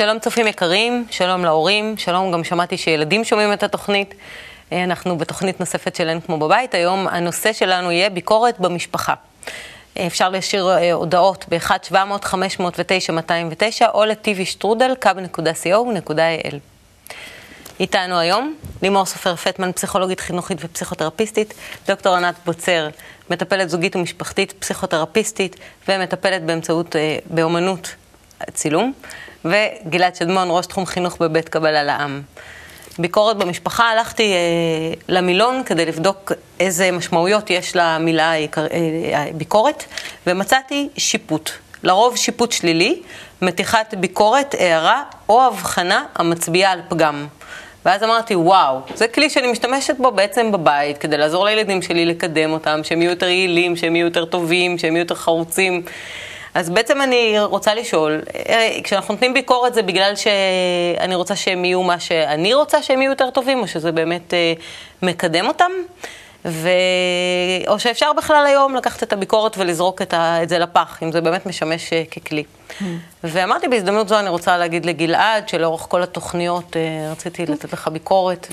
שלום צופים יקרים, שלום להורים, שלום, גם שמעתי שילדים שומעים את התוכנית. אנחנו בתוכנית נוספת שלנו כמו בבית. היום הנושא שלנו יהיה ביקורת במשפחה. אפשר להשאיר הודעות ב-1-700-509-209 או ל-tv@kab.co.il. איתנו היום לימור סופר פטמן, פסיכולוגית חינוכית ופסיכותרפיסטית, דוקטור ענת בוצר, מטפלת זוגית ומשפחתית, פסיכותרפיסטית ומטפלת באומנות צילום, וגלעד שדמון, ראש תחום חינוך בבית קבלה לעם. ביקורת במשפחה, הלכתי למילון כדי לבדוק איזה משמעויות יש למילה ביקורת, ומצאתי שיפוט. לרוב שיפוט שלילי, מתיחת ביקורת, הערה או הבחנה המצביעה על פגם. ואז אמרתי, וואו, זה כלי שאני משתמשת בו בעצם בבית, כדי לעזור לילדים שלי לקדם אותם, שהם יהיו יותר יעילים, שהם יהיו יותר טובים, שהם יהיו יותר חרוצים. אז בעצם אני רוצה לשאול, כשאנחנו נותנים ביקורת זה בגלל שאני רוצה שהם יהיו מה שאני רוצה שהם יהיו יותר טובים, או שזה באמת מקדם אותם? או שאפשר בכלל היום לקחת את הביקורת ולזרוק את זה לפח, אם זה באמת משמש ככלי. ואמרתי בהזדמנות זו, אני רוצה להגיד לגלעד, שלאורך כל התוכניות רציתי לתת לך ביקורת.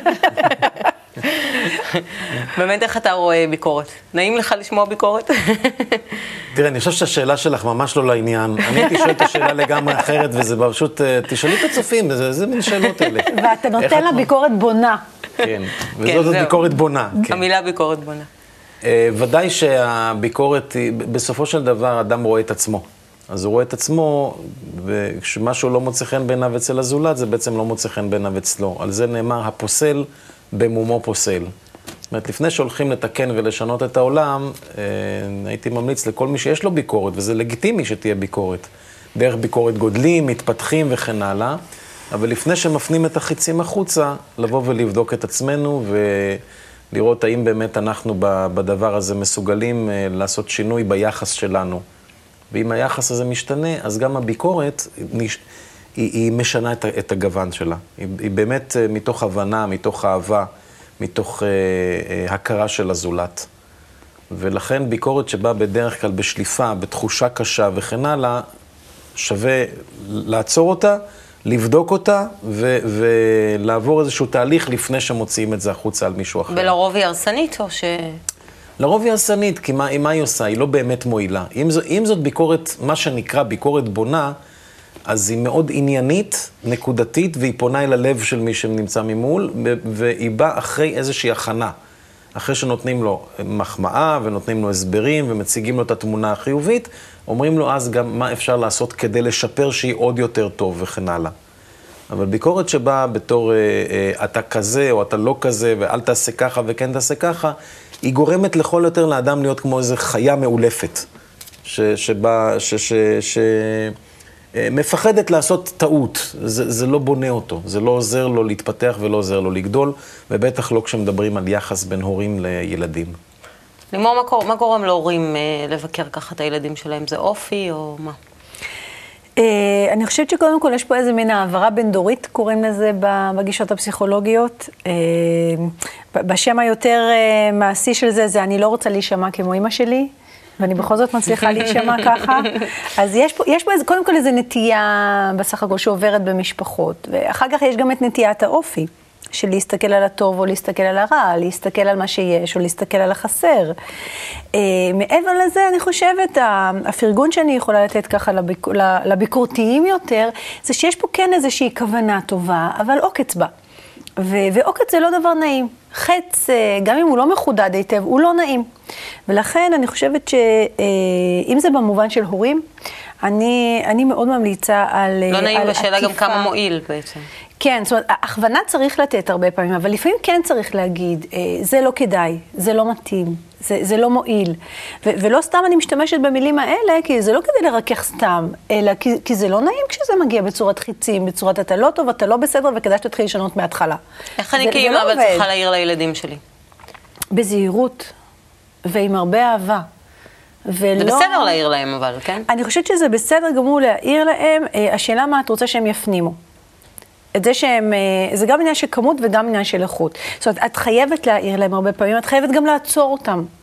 באמת איך אתה רואה ביקורת? נעים לך לשמוע ביקורת? תראה, אני חושב שהשאלה שלך ממש לא לעניין. אני הייתי שואל את השאלה לגמרי אחרת, וזה פשוט, תשאלי את הצופים, זה מין שאלות האלה. ואתה נותן לה ביקורת בונה. כן, וזאת ביקורת בונה. המילה ביקורת בונה. ודאי שהביקורת, בסופו של דבר, אדם רואה את עצמו. אז הוא רואה את עצמו, וכשמשהו לא מוצא חן בעיניו אצל הזולת, זה בעצם לא מוצא חן בעיניו אצלו. על זה נאמר, הפוסל במומו פוסל. זאת אומרת, לפני שהולכים לתקן ולשנות את העולם, הייתי ממליץ לכל מי שיש לו ביקורת, וזה לגיטימי שתהיה ביקורת. דרך ביקורת גודלים, מתפתחים וכן הלאה, אבל לפני שמפנים את החיצים החוצה, לבוא ולבדוק את עצמנו ולראות האם באמת אנחנו בדבר הזה מסוגלים לעשות שינוי ביחס שלנו. ואם היחס הזה משתנה, אז גם הביקורת היא משנה את הגוון שלה. היא באמת מתוך הבנה, מתוך אהבה, מתוך הכרה של הזולת. ולכן ביקורת שבאה בדרך כלל בשליפה, בתחושה קשה וכן הלאה, שווה לעצור אותה, לבדוק אותה ולעבור איזשהו תהליך לפני שמוציאים את זה החוצה על מישהו אחר. ולרוב היא הרסנית או ש... לרוב היא הרסנית, כי מה היא עושה? היא לא באמת מועילה. אם זאת ביקורת, מה שנקרא ביקורת בונה, אז היא מאוד עניינית, נקודתית, והיא פונה אל הלב של מי שנמצא ממול, והיא באה אחרי איזושהי הכנה. אחרי שנותנים לו מחמאה, ונותנים לו הסברים, ומציגים לו את התמונה החיובית, אומרים לו אז גם מה אפשר לעשות כדי לשפר שהיא עוד יותר טוב וכן הלאה. אבל ביקורת שבאה בתור אתה כזה או אתה לא כזה, ואל תעשה ככה וכן תעשה ככה, היא גורמת לכל יותר לאדם להיות כמו איזו חיה מאולפת, מפחדת לעשות טעות, זה לא בונה אותו, זה לא עוזר לו להתפתח ולא עוזר לו לגדול, ובטח לא כשמדברים על יחס בין הורים לילדים. לימור, מה גורם להורים לבקר ככה את הילדים שלהם? זה אופי או מה? אני חושבת שקודם כל יש פה איזה מין העברה בין דורית, קוראים לזה בגישות הפסיכולוגיות. בשם היותר מעשי של זה אני לא רוצה להישמע כמו אמא שלי, ואני בכל זאת מצליחה להישמע ככה. אז יש פה קודם כל איזו נטייה בסך הכל שעוברת במשפחות, ואחר כך יש גם את נטיית האופי, של להסתכל על הטוב או להסתכל על הרע, להסתכל על מה שיש או להסתכל על החסר. מעבר לזה, אני חושבת, הפרגון שאני יכולה לתת ככה לביקורתיים יותר, זה שיש פה כן איזושהי כוונה טובה, אבל עוקץ בה. ועוקץ זה לא דבר נעים. חץ, גם אם הוא לא מחודד היטב, הוא לא נעים. ולכן אני חושבת שאם זה במובן של הורים, אני מאוד ממליצה על לא נעים בשאלה גם כמה מועיל בעצם. כן, זאת אומרת, הכוונה צריך לתת הרבה פעמים, אבל לפעמים כן צריך להגיד, זה לא כדאי, זה לא מתאים, זה לא מועיל. ולא סתם אני משתמשת במילים האלה, כי זה לא כדי לרכך סתם, אלא כי זה לא נעים כשזה מגיע בצורת חיצים, בצורת אתה לא טוב, אתה לא בסדר, וכדאי שתתחיל לשנות מההתחלה. איך אני כאמא אבל צריכה להעיר לילדים שלי? בזהירות, ועם הרבה אהבה. זה בסדר להעיר להם אבל, כן? אני חושבת שזה בסדר גמור להעיר להם, השאלה מה את רוצה שהם יפנימו. את זה שהם, זה גם עניין של כמות וגם עניין של איכות. זאת אומרת, את חייבת להעיר להם הרבה פעמים, את חייבת גם לעצור אותם.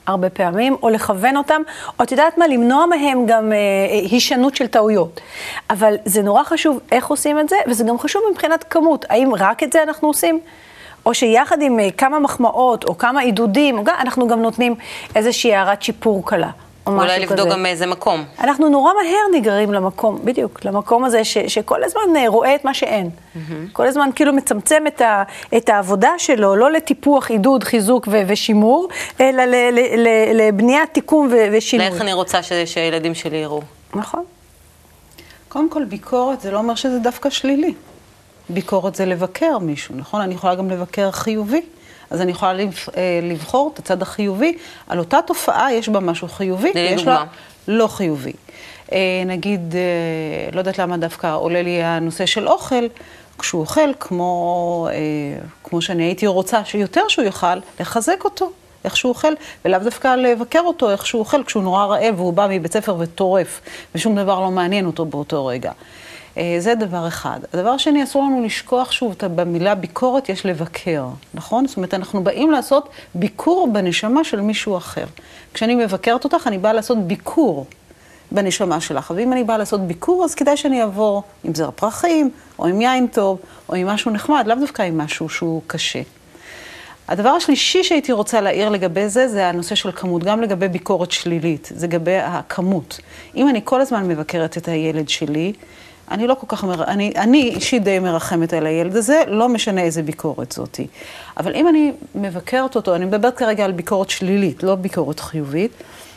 הרבה פעמים, או לכוון אותם, או את יודעת מה, למנוע מהם גם הישנות של טעויות. אבל זה נורא חשוב איך עושים את זה, וזה גם חשוב מבחינת כמות. האם רק את זה אנחנו עושים? או שיחד עם כמה מחמאות, או כמה עידודים, אנחנו גם נותנים איזושהי הערת שיפור קלה. אולי לבדוק גם מאיזה מקום. אנחנו נורא מהר נגררים למקום, בדיוק, למקום הזה שכל הזמן רואה את מה שאין. כל הזמן כאילו מצמצם את העבודה שלו, לא לטיפוח, עידוד, חיזוק ושימור, אלא לבניית תיקום ושינוי. לאיך אני רוצה שהילדים שלי יראו. נכון. קודם כל, ביקורת זה לא אומר שזה דווקא שלילי. ביקורת זה לבקר מישהו, נכון? אני יכולה גם לבקר חיובי. אז אני יכולה לבחור את הצד החיובי. על אותה תופעה יש בה משהו חיובי, ויש לה לא חיובי. נגיד, לא יודעת למה דווקא עולה לי הנושא של אוכל, כשהוא אוכל, כמו שאני הייתי רוצה שיותר שהוא יאכל, לחזק אותו, איך שהוא אוכל, ולאו דווקא לבקר אותו, איך שהוא אוכל, כשהוא נורא רעב, והוא בא מבית ספר וטורף, ושום דבר לא מעניין אותו באותו רגע. זה דבר אחד. הדבר השני, אסור לנו לשכוח שוב, במילה ביקורת יש לבקר, נכון? זאת אומרת, אנחנו באים לעשות ביקור בנשמה של מישהו אחר. כשאני מבקרת אותך, אני באה לעשות ביקור בנשמה שלך. ואם אני באה לעשות ביקור, אז כדאי שאני אעבור עם זר פרחים, או עם יין טוב, או עם משהו נחמד, לאו דווקא עם משהו שהוא קשה. הדבר השלישי שהייתי רוצה להעיר לגבי זה, זה הנושא של כמות, גם לגבי ביקורת שלילית, זה לגבי הכמות. אם אני כל הזמן מבקרת את הילד שלי, אני לא כל כך, אני אישית די מרחמת על הילד הזה, לא משנה איזה ביקורת זאתי. אבל אם אני מבקרת אותו, אני מדברת כרגע על ביקורת שלילית, לא ביקורת חיובית,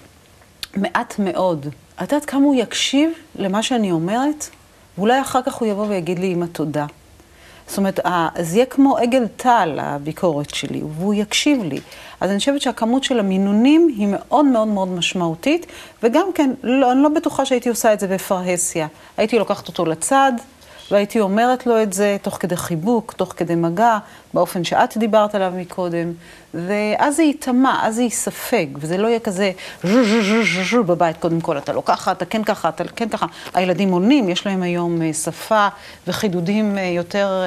מעט מאוד. את יודעת כמה הוא יקשיב למה שאני אומרת? ואולי אחר כך הוא יבוא ויגיד לי אמא תודה. זאת אומרת, זה יהיה כמו עגל טל, הביקורת שלי, והוא יקשיב לי. אז אני חושבת שהכמות של המינונים היא מאוד מאוד מאוד משמעותית, וגם כן, אני לא בטוחה שהייתי עושה את זה בפרהסיה. הייתי לוקחת אותו לצד, והייתי אומרת לו את זה תוך כדי חיבוק, תוך כדי מגע, באופן שאת דיברת עליו מקודם, ואז זה יתמה, אז זה יספג, וזה לא יהיה כזה בבית קודם כל, אתה לא ככה, אתה כן ככה, אתה כן ככה. הילדים עונים, יש להם היום שפה וחידודים יותר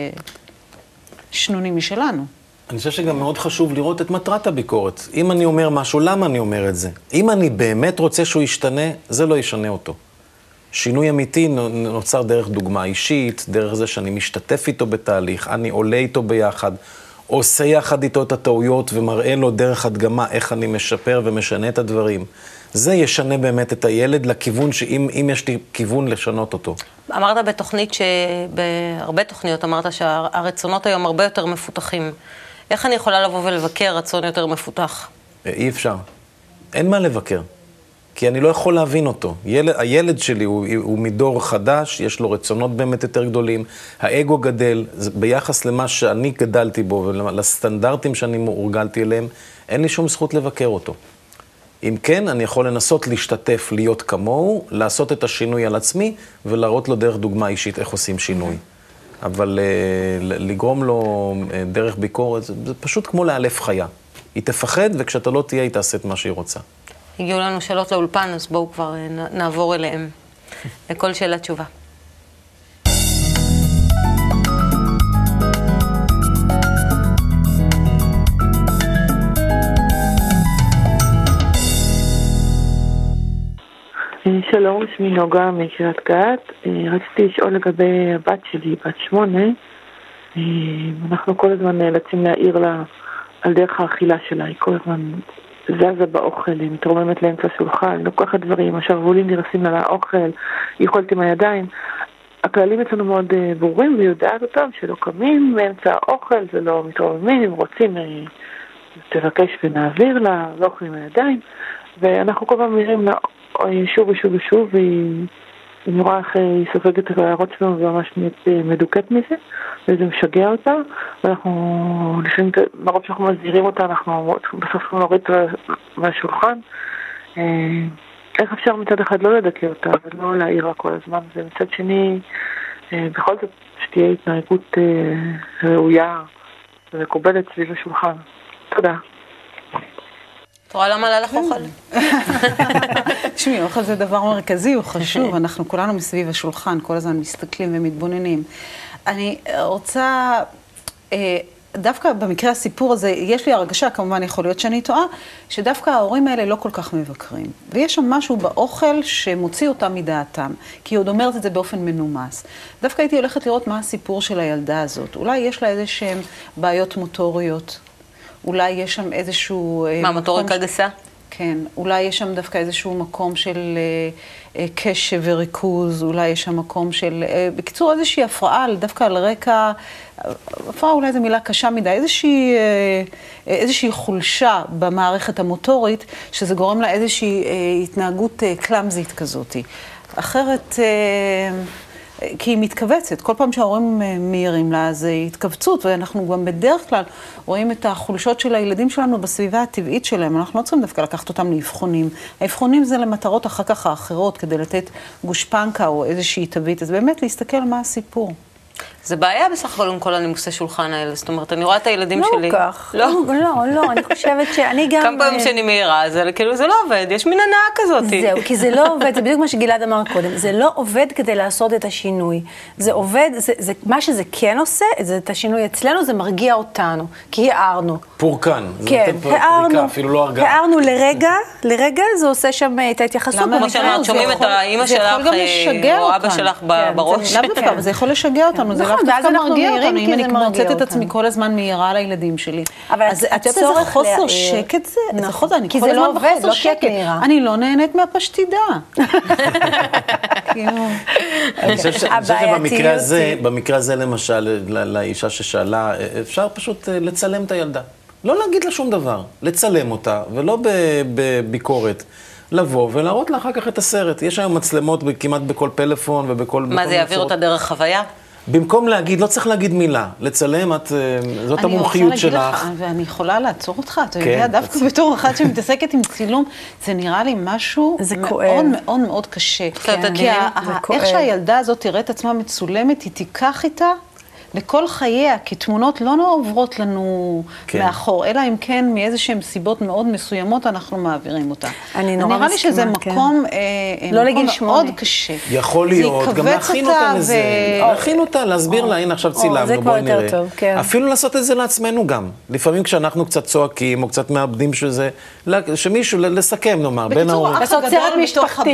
שנונים משלנו. אני חושב שגם מאוד חשוב לראות את מטרת הביקורת. אם אני אומר משהו, למה אני אומר את זה? אם אני באמת רוצה שהוא ישתנה, זה לא ישנה אותו. שינוי אמיתי נוצר דרך דוגמה אישית, דרך זה שאני משתתף איתו בתהליך, אני עולה איתו ביחד, עושה יחד איתו את הטעויות ומראה לו דרך הדגמה איך אני משפר ומשנה את הדברים. זה ישנה באמת את הילד לכיוון שאם יש לי כיוון לשנות אותו. אמרת בתוכנית בהרבה תוכניות אמרת שהרצונות היום הרבה יותר מפותחים. איך אני יכולה לבוא ולבקר רצון יותר מפותח? אי אפשר. אין מה לבקר. כי אני לא יכול להבין אותו. הילד שלי הוא מדור חדש, יש לו רצונות באמת יותר גדולים, האגו גדל, ביחס למה שאני גדלתי בו ולסטנדרטים שאני הורגלתי אליהם, אין לי שום זכות לבקר אותו. אם כן, אני יכול לנסות להשתתף, להיות כמוהו, לעשות את השינוי על עצמי ולהראות לו דרך דוגמה אישית איך עושים שינוי. אבל לגרום לו דרך ביקורת, זה פשוט כמו לאלף חיה. היא תפחד וכשאתה לא תהיה, היא תעשה את מה שהיא רוצה. הגיעו לנו שאלות לאולפן, אז בואו כבר נעבור אליהם. לכל שאלה תשובה. שלום, שמי נוגה מקריית גת. רציתי לשאול לגבי הבת שלי, בת 8. אנחנו כל הזמן נאלצים להעיר לה על דרך האכילה שלה. היא כל הזמן זזה באוכל, היא מתרוממת לאמצע השולחן, לוקחת דברים, השרוולים נרסים על האוכל, היא אוכלת עם הידיים. הכללים אצלנו מאוד ברורים, והיא יודעת אותם שלא קמים באמצע האוכל, זה לא מתרוממים, אם רוצים תבקש ונעביר לה, לא אוכלים עם הידיים. ואנחנו כל פעם מראים לה שוב ושוב ושוב, והיא נורא איך היא סופגת את ההערות שלנו וממש מדוכאת מזה, וזה משגע אותה, ואנחנו לפעמים, מרוב שאנחנו מזהירים אותה, אנחנו בסוף נוריד מהשולחן. איך אפשר מצד אחד לא לדכא אותה, ולא להעיר לה כל הזמן, ומצד שני, בכל זאת שתהיה התנהגות ראויה ומקובלת סביב השולחן. תודה. תראה למה עלה לך אוכל? תשמעי, אוכל זה דבר מרכזי, הוא חשוב, אנחנו כולנו מסביב השולחן, כל הזמן מסתכלים ומתבוננים. אני רוצה דווקא במקרה הסיפור הזה, יש לי הרגשה, כמובן יכול להיות שאני טועה, שדווקא ההורים האלה לא כל כך מבקרים. ויש שם משהו באוכל שמוציא אותם מדעתם, כי היא עוד אומרת את זה באופן מנומס. דווקא הייתי הולכת לראות מה הסיפור של הילדה הזאת. אולי יש לה איזשהם בעיות מוטוריות, אולי יש שם איזשהו... מה, מוטוריקה גסה? כן, אולי יש שם דווקא איזשהו מקום של קשב וריכוז, אולי יש שם מקום של... בקיצור, איזושהי הפרעה, דווקא על רקע... הפרעה אולי זו מילה קשה מדי, איזושהי חולשה במערכת המוטורית, שזה גורם לה איזושהי התנהגות קלאמזית כזאת. אחרת... כי היא מתכווצת. כל פעם שההורים מהירים לה, זה התכווצות, ואנחנו גם בדרך כלל רואים את החולשות של הילדים שלנו בסביבה הטבעית שלהם. אנחנו לא צריכים דווקא לקחת אותם לאבחונים. האבחונים זה למטרות אחר כך האחרות, כדי לתת גושפנקה או איזושהי תווית. אז באמת להסתכל מה הסיפור. זה בעיה בסך הכל עם כל הנימוסי שולחן האלה. זאת אומרת, אני רואה את הילדים שלי. לא כך. לא, אני חושבת שאני גם... כמה פעמים שאני מהירה, זה כאילו, זה לא עובד, יש מין הנאה כזאת. זהו, כי זה לא עובד, זה בדיוק מה שגלעד אמר קודם, זה לא עובד כדי לעשות את השינוי. זה עובד, מה שזה כן עושה, את השינוי אצלנו, זה מרגיע אותנו, כי הערנו. פורקן. כן, הערנו. אפילו לא הרגעה. הערנו לרגע, זה עושה שם את ההתייחסות. כמו שאמרת, שומעים את האמא שלך, או אבא שלך בראש. לאו דווקא, זה יכול לשגע אותנו, זה לאו דווקא מרגיע אותנו, אם אני מוצאת את עצמי כל הזמן מהירה לילדים שלי. אבל אז את יודעת איזה חוסר שקט זה? נכון, כי זה לא עובד, לא שקט. אני לא נהנית מהפשטידה. אני חושב שבמקרה הזה למשל, לאישה ששאלה, אפשר פשוט לצלם את הילדה. לא להגיד לה שום דבר, לצלם אותה, ולא בביקורת. לבוא ולהראות לה אחר כך את הסרט. יש היום מצלמות כמעט בכל פלאפון ובכל... מה, זה יעביר אותה דרך חוויה? במקום להגיד, לא צריך להגיד מילה. לצלם, זאת המומחיות שלך. ואני יכולה לעצור אותך, אתה יודע, דווקא בתור אחת שמתעסקת עם צילום, זה נראה לי משהו מאוד מאוד מאוד קשה. כי איך שהילדה הזאת תראה את עצמה מצולמת, היא תיקח איתה לכל חייה, כי תמונות לא עוברות לנו מאחור, אלא אם כן מאיזשהם סיבות מאוד מסוימות אנחנו מעבירים אותה. נראה לי שזה מקום מאוד קשה. יכול להיות, גם להכין אותה לזה, להכין אותה, להסביר לה, הנה עכשיו צילמנו, בואי נראה. אפילו לעשות את זה לעצמנו גם. לפעמים כשאנחנו קצת צועקים או קצת מאבדים שמישהו, לסכם נאמר, בין ההורים. לעשות סרט משפחתי.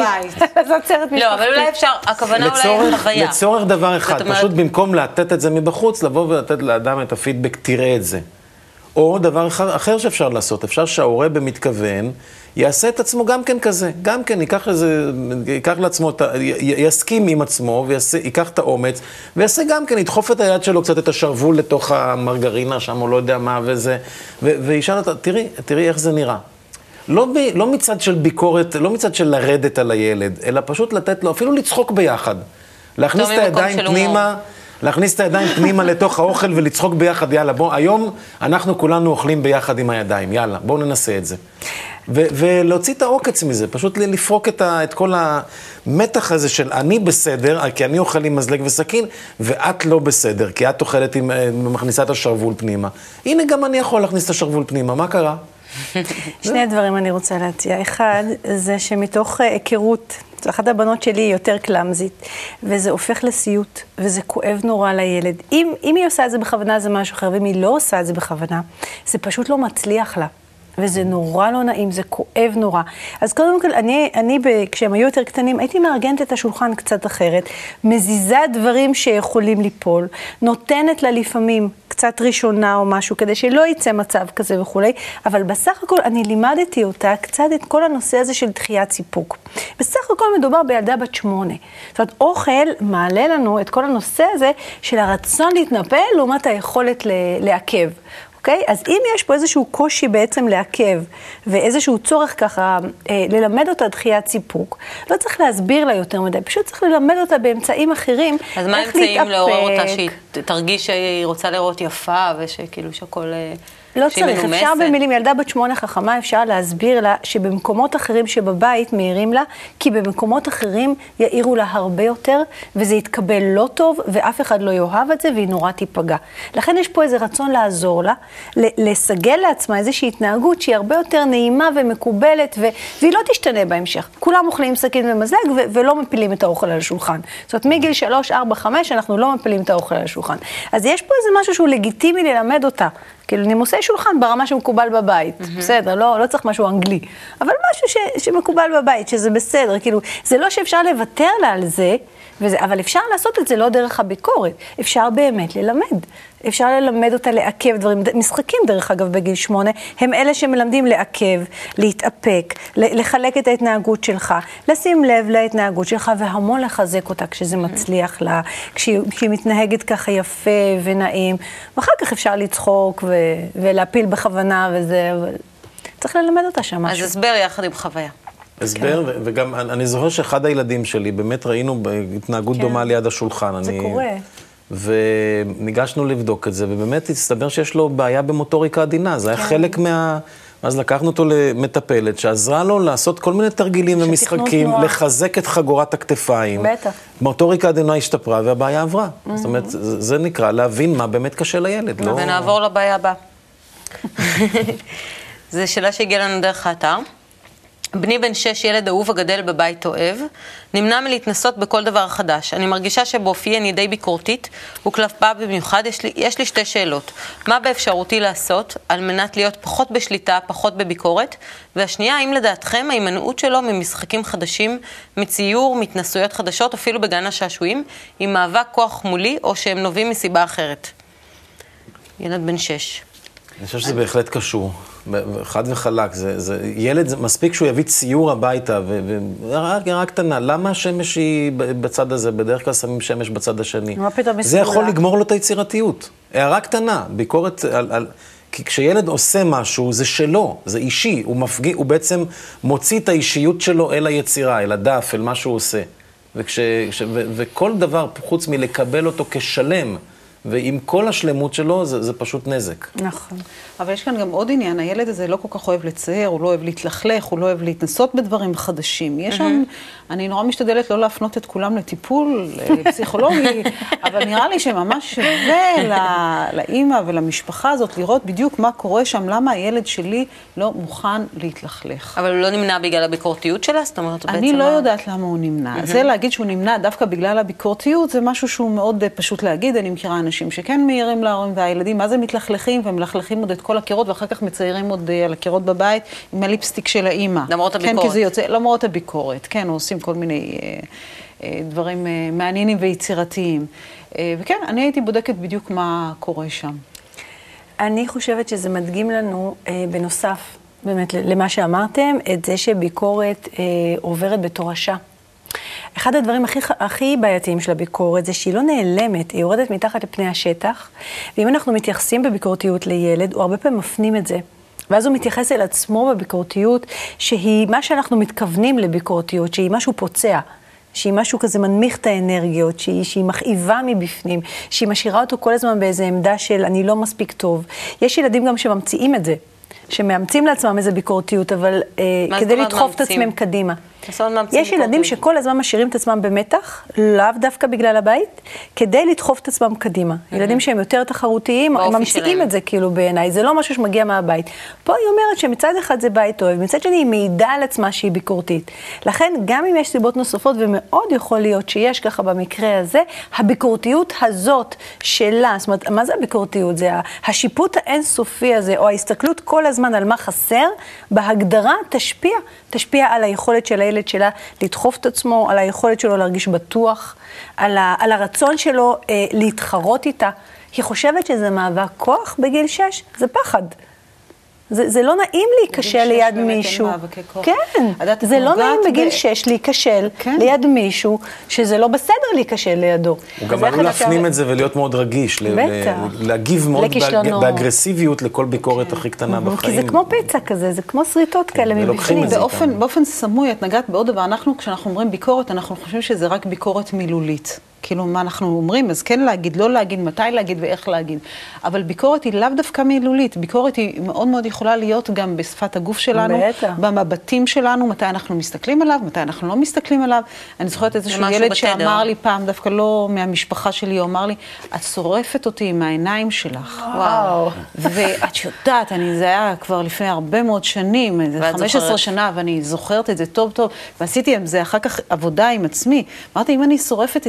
לא, אבל אולי אפשר, הכוונה אולי לחוויה. לצורך דבר אחד, פשוט במקום לתת את זה בחוץ, לבוא ולתת לאדם את הפידבק, תראה את זה. או דבר אחר שאפשר לעשות, אפשר שההורה במתכוון, יעשה את עצמו גם כן כזה, גם כן, ייקח לעצמו, יסכים עם עצמו, ויקח את האומץ, ויעשה גם כן, ידחוף את היד שלו קצת את השרוול לתוך המרגרינה, שם הוא לא יודע מה וזה, וישאל אותה, תראי איך זה נראה. לא מצד של ביקורת, לא מצד של לרדת על הילד, אלא פשוט לתת לו, אפילו לצחוק ביחד. להכניס את הידיים פנימה, להכניס את הידיים פנימה לתוך האוכל ולצחוק ביחד, יאללה, היום אנחנו כולנו אוכלים ביחד עם הידיים, יאללה, בואו ננסה את זה. ולהוציא את העוקץ מזה, פשוט לפרוק את כל המתח הזה של אני בסדר, כי אני אוכל עם מזלג וסכין, ואת לא בסדר, כי את אוכלת מכניסה את השרוול פנימה. הנה גם אני יכול להכניס את השרוול פנימה, מה קרה? שני דברים אני רוצה להציע. אחד, זה שמתוך היכרות, אחת הבנות שלי היא יותר קלאמזית, וזה הופך לסיוט, וזה כואב נורא לילד. אם היא עושה את זה בכוונה, זה משהו אחר, ואם היא לא עושה את זה בכוונה, זה פשוט לא מצליח לה. וזה נורא לא נעים, זה כואב נורא. אז קודם כל, כשהם היו יותר קטנים, הייתי מארגנת את השולחן קצת אחרת, מזיזה דברים שיכולים ליפול, נותנת לה לפעמים קצת ראשונה או משהו, כדי שלא יצא מצב כזה וכולי, אבל בסך הכל אני לימדתי אותה קצת את כל הנושא הזה של דחיית סיפוק. בסך הכל מדובר בילדה בת 8. זאת אומרת, אוכל מעלה לנו את כל הנושא הזה של הרצון להתנפל לעומת היכולת לעכב. אוקיי? אז אם יש פה איזשהו קושי בעצם לעכב, ואיזשהו צורך ככה ללמד אותה דחיית סיפוק, לא צריך להסביר לה יותר מדי, פשוט צריך ללמד אותה באמצעים אחרים, אז מה האמצעים לעורר אותה שהיא תרגיש שהיא רוצה לראות יפה, ושכאילו שהכל... לא צריך, אפשר במילים, ילדה בת 8 חכמה, אפשר להסביר לה שבמקומות אחרים שבבית מעירים לה, כי במקומות אחרים יעירו לה הרבה יותר, וזה יתקבל לא טוב, ואף אחד לא יאהב את זה, והיא נורא תיפגע. לכן יש פה איזה רצון לעזור לה, לסגל לעצמה איזושהי התנהגות שהיא הרבה יותר נעימה ומקובלת, והיא לא תשתנה בהמשך. כולם אוכלים סכין ומזלג, ולא מפילים את האוכל על השולחן. זאת אומרת, מגיל 3, 4, 5, אנחנו לא מפילים את האוכל על השולחן. שולחן. אז יש פה איזה משהו שהוא לגיטימי ללמד אותה. כאילו, נימוסי שולחן ברמה שמקובל בבית. בסדר, לא צריך משהו אנגלי. אבל משהו שמקובל בבית, שזה בסדר. כאילו, זה לא שאפשר לוותר לה על זה, אבל אפשר לעשות את זה לא דרך הביקורת. אפשר באמת ללמד. אפשר ללמד אותה לעכב דברים. משחקים, דרך אגב, בגיל 8, הם אלה שמלמדים לעכב, להתאפק, לחלק את ההתנהגות שלך, לשים לב להתנהגות שלך, והמון לחזק אותה כשזה מצליח לה, כשהיא מתנהגת ככה יפה ונעים. ואחר כך אפשר לצחוק ולהפיל בכוונה וזה, אבל צריך ללמד אותה שם משהו. אז הסבר יחד עם חוויה. הסבר, וגם אני זוכר שאחד הילדים שלי, באמת ראינו התנהגות דומה ליד השולחן. זה קורה. וניגשנו לבדוק את זה, ובאמת הסתבר שיש לו בעיה במוטוריקה עדינה. זה היה חלק אז לקחנו אותו למטפלת, שעזרה לו לעשות כל מיני תרגילים ומשחקים, לחזק את חגורת הכתפיים. בטח. מוטוריקה עדינה השתפרה והבעיה עברה. זאת אומרת, זה נקרא להבין מה באמת קשה לילד. ונעבור לבעיה הבאה. זו שאלה שהגיעה לנו דרך האתר. בני בן 6, ילד אהוב הגדל בבית אוהב, נמנע מלהתנסות בכל דבר חדש. אני מרגישה שבאופי אני די ביקורתית, וכלפיו במיוחד יש לי שתי שאלות. מה באפשרותי לעשות על מנת להיות פחות בשליטה, פחות בביקורת? והשנייה, האם לדעתכם ההימנעות שלו ממשחקים חדשים, מציור, מתנסויות חדשות, אפילו בגן השעשועים, עם מאבק כוח מולי, או שהם נובעים מסיבה אחרת? ילד בן 6. אני חושב שזה בהחלט קשור. חד וחלק, ילד, מספיק שהוא יביא ציור הביתה, ורק קטנה, למה השמש היא בצד הזה? בדרך כלל שמים שמש בצד השני. זה יכול לגמור לו את היצירתיות. הערה קטנה, ביקורת כי כשילד עושה משהו, זה שלו, זה אישי, הוא בעצם מוציא את האישיות שלו אל היצירה, אל הדף, אל מה שהוא עושה. וכל דבר, חוץ מלקבל אותו כשלם, ועם כל השלמות שלו, זה פשוט נזק. נכון. אבל יש כאן גם עוד עניין, הילד הזה לא כל כך אוהב לצייר, הוא לא אוהב להתלכלך, הוא לא אוהב להתנסות בדברים חדשים. יש שם, אני נורא משתדלת לא להפנות את כולם לטיפול פסיכולוגי, אבל נראה לי שממש שווה לאמא ולמשפחה הזאת לראות בדיוק מה קורה שם, למה הילד שלי לא מוכן להתלכלך. אבל הוא לא נמנע בגלל הביקורתיות שלה? זאת אומרת, אני לא יודעת למה הוא נמנע. זה להגיד שהוא נמנע דווקא בגלל הביקורתיות, זה משהו שהוא מאוד פשוט להגיד. אני מכירה אנשים שכן מעירים להורים, והילדים, מה זה מתלכלכים? והם מלכלכים עוד את כל הקירות, ואחר כך מציירים עוד על הקירות בבית עם הליפסטיק של האמא. למרות הביקורת. כן, כי זה יוצא, למרות הביקורת. כן, עושים כל מיני דברים מעניינים ויצירתיים. וכן, אני הייתי בודקת בדיוק מה קורה שם. אני חושבת שזה מדגים לנו, בנוסף, באמת, למה שאמרתם, את זה שביקורת עוברת בתורשה. אחד הדברים הכי בעייתיים של הביקורת זה שהיא לא נעלמת, היא יורדת מתחת לפני השטח, ואם אנחנו מתייחסים בביקורתיות לילד, הוא הרבה פעמים מפנים את זה. ואז הוא מתייחס אל עצמו בביקורתיות, שהיא מה שאנחנו מתכוונים לביקורתיות, שהיא משהו פוצע, שהיא משהו כזה מנמיך את האנרגיות, שהיא מכאיבה מבפנים, שהיא משאירה אותו כל הזמן באיזו עמדה של אני לא מספיק טוב. יש ילדים גם שממציאים את זה, שמאמצים לעצמם איזו ביקורתיות, אבל כדי לדחוף את עצמם קדימה. יש ילדים שכל הזמן משאירים את עצמם במתח, לאו דווקא בגלל הבית, כדי לדחוף את עצמם קדימה. ילדים שהם יותר תחרותיים, הם ממציאים את זה כאילו בעיניי, זה לא משהו שמגיע מהבית. פה היא אומרת שמצד אחד זה בית אוהב, מצד שני היא מעידה על עצמה שהיא ביקורתית. לכן גם אם יש סיבות נוספות, ומאוד יכול להיות שיש ככה במקרה הזה, הביקורתיות הזאת שלה, זאת אומרת, מה זה הביקורתיות? זה השיפוט האינסופי הזה, או ההסתכלות כל הזמן על מה חסר, בהגדרה תשפיע על היכולת של הילד שלה לדחוף את עצמו, על היכולת שלו להרגיש בטוח, על הרצון שלו להתחרות איתה. היא חושבת שזה מאבק כוח בגיל 6, זה פחד. זה לא נעים להיקשל ליד מישהו. כן, זה לא נעים בגיל 6 להיקשל ליד מישהו, שזה לא בסדר להיקשל לידו. הוא גם עלול להפנים את זה ולהיות מאוד רגיש, להגיב מאוד באגרסיביות לכל ביקורת הכי קטנה בחיים. כי זה כמו פצע כזה, זה כמו שריטות כאלה מבפנים. באופן סמוי, את נגעת בעוד דבר, כשאנחנו אומרים ביקורת, אנחנו חושבים שזה רק ביקורת מילולית. כאילו, מה אנחנו אומרים, אז כן להגיד, לא להגיד, מתי להגיד ואיך להגיד. אבל ביקורת היא לאו דווקא מילולית. ביקורת היא מאוד מאוד יכולה להיות גם בשפת הגוף שלנו, במבטים שלנו, מתי אנחנו מסתכלים עליו, מתי אנחנו לא מסתכלים עליו. אני זוכרת איזשהו ילד שאמר לי פעם, דווקא לא מהמשפחה שלי, הוא אמר לי, את שורפת אותי עם העיניים שלך. וואו. ואת יודעת, זה היה כבר לפני הרבה מאוד שנים, 15 שנה, ואני זוכרת את זה טוב טוב, ועשיתי עם זה אחר כך עבודה עם עצמי. אמרתי, אם אני שורפת את הילד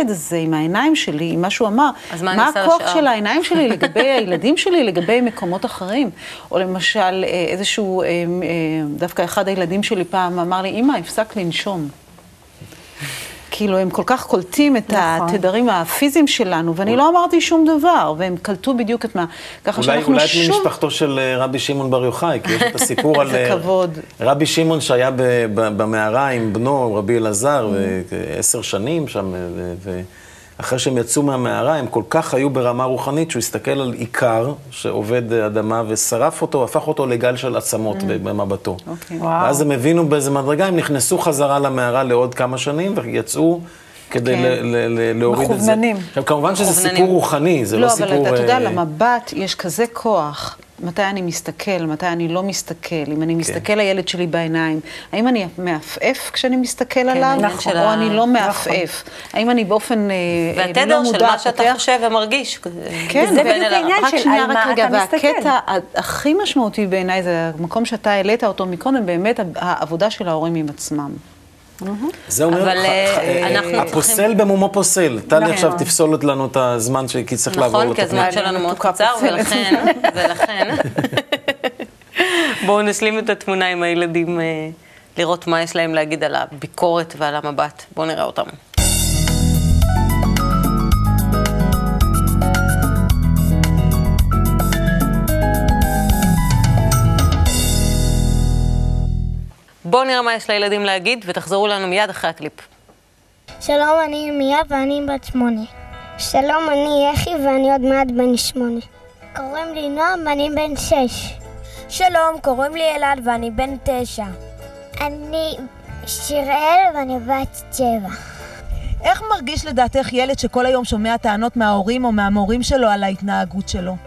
הילד הזה עם העיניים שלי, עם מה שהוא אמר, מה הכוח של העיניים שלי לגבי הילדים שלי, לגבי מקומות אחרים? או למשל, איזשהו, דווקא אחד הילדים שלי פעם אמר לי, אמא, הפסק לנשום. כאילו, הם כל כך קולטים את התדרים הפיזיים שלנו, ואני לא אמרתי שום דבר, והם קלטו בדיוק את מה. ככה שאנחנו אולי את ממשפחתו של רבי שמעון בר יוחאי, כי יש את הסיפור על רבי שמעון שהיה במערה עם בנו, רבי אלעזר, 10 שנים שם, ואחרי שהם יצאו מהמערה, הם כל כך היו ברמה רוחנית, שהוא הסתכל על עיקר שעובד אדמה, ושרף אותו, הפך אותו לגל של עצמות במבטו. ואז הם הבינו באיזה מדרגה, הם נכנסו חזרה למערה לעוד כמה שנים, ויצאו כדי להוריד את זה. עכשיו, כמובן שזה סיפור רוחני, זה לא סיפור... לא, אבל אתה יודע, למבט יש כזה כוח. מתי אני מסתכל, מתי אני לא מסתכל, אם אני מסתכל לילד שלי בעיניים, האם אני מעפעף כשאני מסתכל עליו, או אני לא מעפעף? האם אני באופן לא מודע... והתדר של מה שאתה חושב ומרגיש. כן, זה בדיוק העניין של על מה אתה מסתכל. והקטע הכי משמעותי בעיניי, זה המקום שאתה העלית אותו מקודם, באמת העבודה של ההורים עם עצמם. זה אומר, הפוסל במומו פוסל. טלי עכשיו תפסול לנו את הזמן כי צריך לעבור נכון, כי הזמן שלנו מאוד קצר, ולכן בואו נשלים את התמונה עם הילדים, לראות מה יש להם להגיד על הביקורת ועל המבט. בואו נראה אותם. בואו נראה מה יש לילדים להגיד, ותחזרו לנו מיד אחרי הקליפ. שלום, אני מיה ואני בת 8. שלום, אני יחי ואני עוד מעט בן 8. קוראים לי נועם ואני בן 6. שלום, קוראים לי אלעד ואני בן 9. אני שיראל ואני בת 7. איך מרגיש לדעתך ילד שכל היום שומע טענות מההורים או מהמורים שלו על ההתנהגות שלו?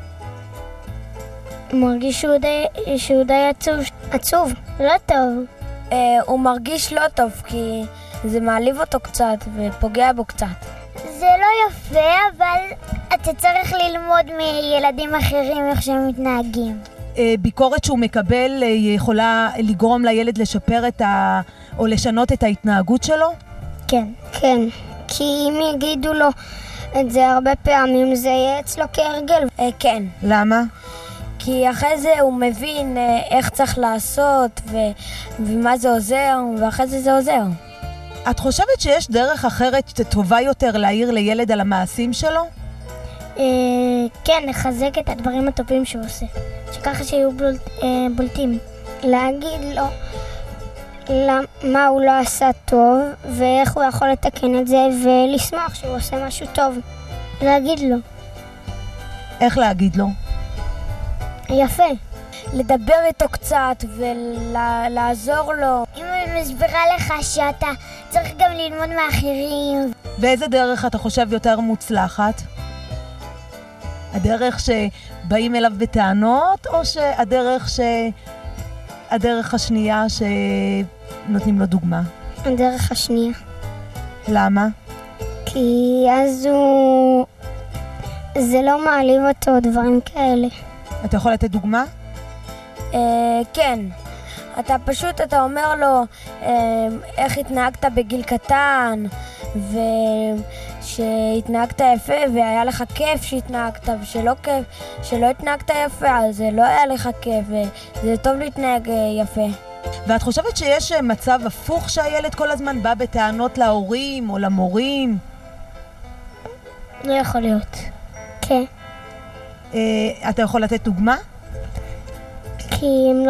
מרגיש שהוא די עצוב, לא טוב. הוא מרגיש לא טוב כי זה מעליב אותו קצת ופוגע בו קצת. זה לא יפה, אבל אתה צריך ללמוד מילדים אחרים איך שהם מתנהגים. ביקורת שהוא מקבל יכולה לגרום לילד לשפר או לשנות את ההתנהגות שלו? כן. כי אם יגידו לו את זה הרבה פעמים, זה יהיה אצלו כהרגל. כן. למה? כי אחרי זה הוא מבין איך צריך לעשות ומה זה עוזר, ואחרי זה עוזר. את חושבת שיש דרך אחרת טובה יותר להעיר לילד על המעשים שלו? כן, לחזק את הדברים הטובים שהוא עושה. שככה שיהיו בולטים. להגיד לו מה הוא לא עשה טוב, ואיך הוא יכול לתקן את זה, ולשמוח שהוא עושה משהו טוב. להגיד לו. איך להגיד לו? יפה. לדבר איתו קצת ולעזור לו. אם אני מסבירה לך שאתה צריך גם ללמוד מאחרים. ואיזה דרך אתה חושב יותר מוצלחת? הדרך שבאים אליו בטענות, או הדרך השנייה שנותנים לו דוגמה? הדרך השנייה. למה? כי אז זה לא מעליב אותו, דברים כאלה. אתה יכול לתת דוגמה? כן. אתה אומר לו איך התנהגת בגיל קטן, ושהתנהגת יפה והיה לך כיף שהתנהגת, שלא התנהגת יפה, אז זה לא היה לך כיף, וזה טוב להתנהג יפה. ואת חושבת שיש מצב הפוך שהילד כל הזמן בא בטענות להורים או למורים? לא יכול להיות. כן. אתה יכול לתת דוגמה? כי הם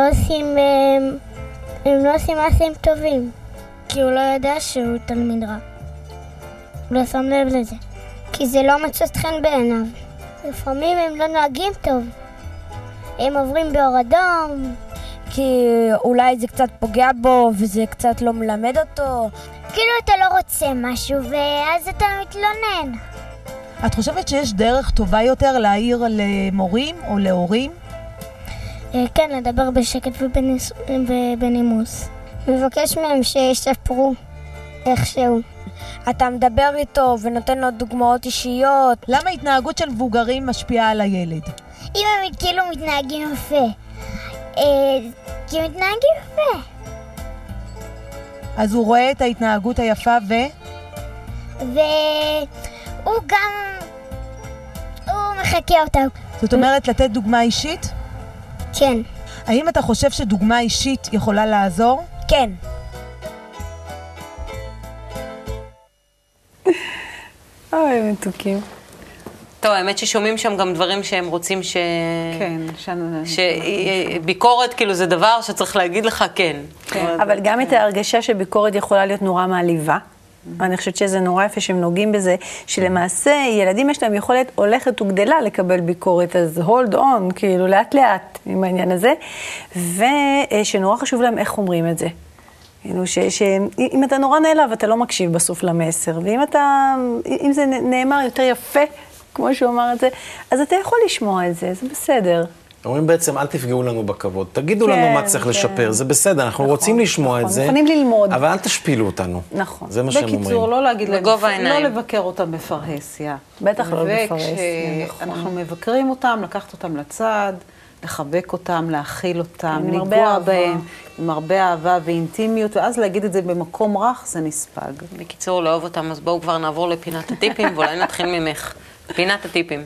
לא עושים מעשים טובים. כי הוא לא יודע שהוא תלמיד רע. הוא לא שם לב לזה. כי זה לא מצא חן בעיניו. לפעמים הם לא נוהגים טוב. הם עוברים באור אדום. כי אולי זה קצת פוגע בו וזה קצת לא מלמד אותו. כאילו אתה לא רוצה משהו ואז אתה מתלונן. את חושבת שיש דרך טובה יותר להעיר למורים או להורים? כן, לדבר בשקט ובנימוס. מבקש מהם שישפרו איכשהו. אתה מדבר איתו ונותן לו דוגמאות אישיות. למה התנהגות של מבוגרים משפיעה על הילד? אם הם כאילו מתנהגים יפה. כי הם מתנהגים יפה. אז הוא רואה את ההתנהגות היפה והוא גם, הוא מחכה אותה. זאת אומרת, לתת דוגמה אישית? כן. האם אתה חושב שדוגמה אישית יכולה לעזור? כן. אוי, מתוקים. טוב, האמת ששומעים שם גם דברים שהם רוצים כן, ביקורת, כאילו זה דבר שצריך להגיד לך כן. אבל גם את ההרגשה שביקורת יכולה להיות נורא מעליבה. אני חושבת שזה נורא יפה שהם נוגעים בזה, שלמעשה ילדים יש להם יכולת הולכת וגדלה לקבל ביקורת, אז hold on, כאילו לאט לאט עם העניין הזה, ושנורא חשוב להם איך אומרים את זה. שאם אתה נורא נעלב, אתה לא מקשיב בסוף למסר, ואם זה נאמר יותר יפה, כמו שהוא אמר את זה, אז אתה יכול לשמוע את זה, זה בסדר. אומרים בעצם, אל תפגעו לנו בכבוד, תגידו לנו מה צריך לשפר, זה בסדר, אנחנו רוצים לשמוע את זה, מוכנים ללמוד. אבל אל תשפילו אותנו. נכון. זה מה שהם אומרים. בקיצור, לא להגיד להם, בגובה העיניים. לא לבקר אותם בפרהסיה. בטח לא בפרהסיה, נכון. וכשאנחנו מבקרים אותם, לקחת אותם לצד, לחבק אותם, להכיל אותם, עם הרבה לגוע אהבה. בהם, עם הרבה אהבה ואינטימיות, ואז להגיד את זה במקום רך, זה נספג. בקיצור, לא אוהב אותם, אז בואו כבר נעבור לפינת הטיפים, ואולי נתחיל ממך. פינת הטיפים.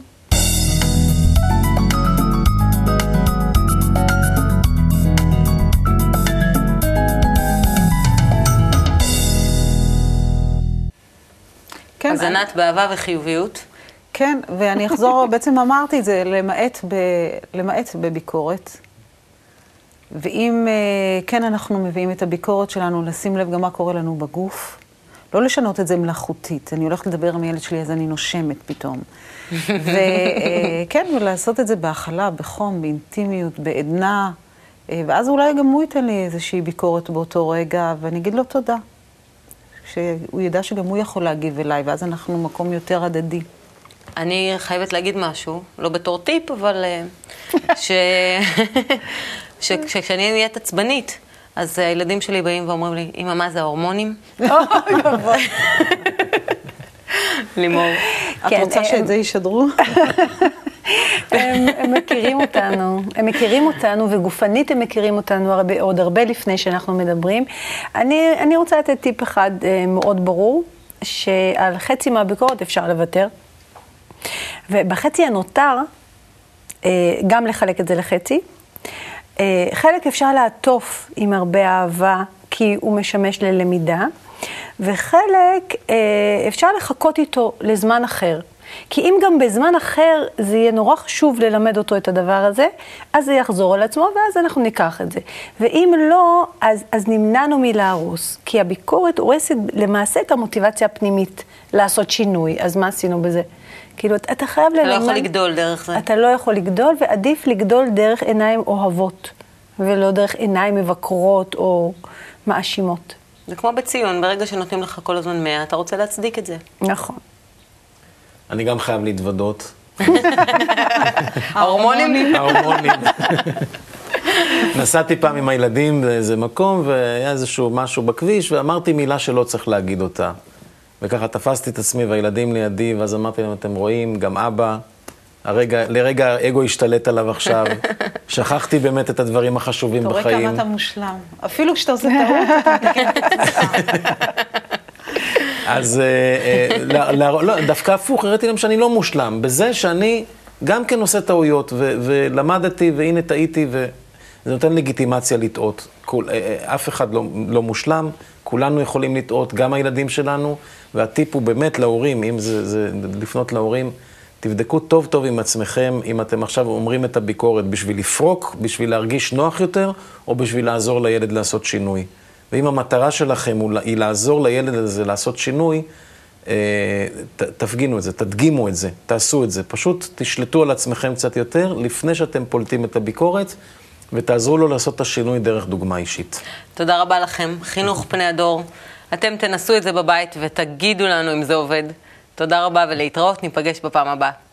כן, אז ענת באהבה וחיוביות. כן, ואני אחזור, בעצם אמרתי את זה, למעט בביקורת. ואם כן אנחנו מביאים את הביקורת שלנו, לשים לב גם מה קורה לנו בגוף, לא לשנות את זה מלאכותית. אני הולכת לדבר עם הילד שלי, אז אני נושמת פתאום. וכן, ולעשות את זה בהכלה, בחום, באינטימיות, בעדנה, ואז אולי גם הוא ייתן לי איזושהי ביקורת באותו רגע, ואני אגיד לו תודה. שהוא ידע שגם הוא יכול להגיב אליי, ואז אנחנו מקום יותר הדדי. אני חייבת להגיד משהו, לא בתור טיפ, אבל כשאני נהיית עצבנית, אז הילדים שלי באים ואומרים לי, אמא, מה זה ההורמונים? לימור. את רוצה שאת זה ישדרו? הם מכירים אותנו, וגופנית הם מכירים אותנו עוד הרבה לפני שאנחנו מדברים. אני רוצה לתת טיפ אחד מאוד ברור, שעל חצי מהביקורת אפשר לוותר. ובחצי הנותר, גם לחלק את זה לחצי. חלק אפשר לעטוף עם הרבה אהבה, כי הוא משמש ללמידה, וחלק אפשר לחכות איתו לזמן אחר. כי אם גם בזמן אחר זה יהיה נורא חשוב ללמד אותו את הדבר הזה, אז זה יחזור על עצמו, ואז אנחנו ניקח את זה. ואם לא, אז נמנענו מלהרוס. כי הביקורת הורסת למעשה את המוטיבציה הפנימית לעשות שינוי. אז מה עשינו בזה? כאילו, אתה חייב ללמד... אתה לא יכול לגדול דרך זה. אתה לא יכול לגדול, ועדיף לגדול דרך עיניים אוהבות, ולא דרך עיניים מבקרות או מאשימות. זה כמו בציון, ברגע שנותנים לך כל הזמן 100, אתה רוצה להצדיק את זה. נכון. אני גם חייב להתוודות. ההורמונים? ההורמונים. נסעתי פעם עם הילדים באיזה מקום, והיה איזשהו משהו בכביש, ואמרתי מילה שלא צריך להגיד אותה. וככה תפסתי את עצמי והילדים לידי, ואז אמרתי להם, אתם רואים, גם אבא, לרגע האגו השתלט עליו עכשיו. שכחתי באמת את הדברים החשובים בחיים. אתה רואה כמה אתה מושלם. אפילו כשאתה עושה טעות, אתה מתקן את עצמך. אז לא, דווקא הפוך, הראיתי להם שאני לא מושלם. בזה שאני גם כן עושה טעויות, ולמדתי, והנה טעיתי, וזה נותן לגיטימציה לטעות. אף אחד לא מושלם, כולנו יכולים לטעות, גם הילדים שלנו, והטיפ הוא באמת להורים, אם זה לפנות להורים, תבדקו טוב טוב עם עצמכם, אם אתם עכשיו אומרים את הביקורת בשביל לפרוק, בשביל להרגיש נוח יותר, או בשביל לעזור לילד לעשות שינוי. ואם המטרה שלכם היא לעזור לילד הזה לעשות שינוי, תפגינו את זה, תדגימו את זה, תעשו את זה. פשוט תשלטו על עצמכם קצת יותר, לפני שאתם פולטים את הביקורת, ותעזרו לו לעשות את השינוי דרך דוגמה אישית. תודה רבה לכם. חינוך פני הדור. אתם תנסו את זה בבית ותגידו לנו אם זה עובד. תודה רבה ולהתראות, ניפגש בפעם הבאה.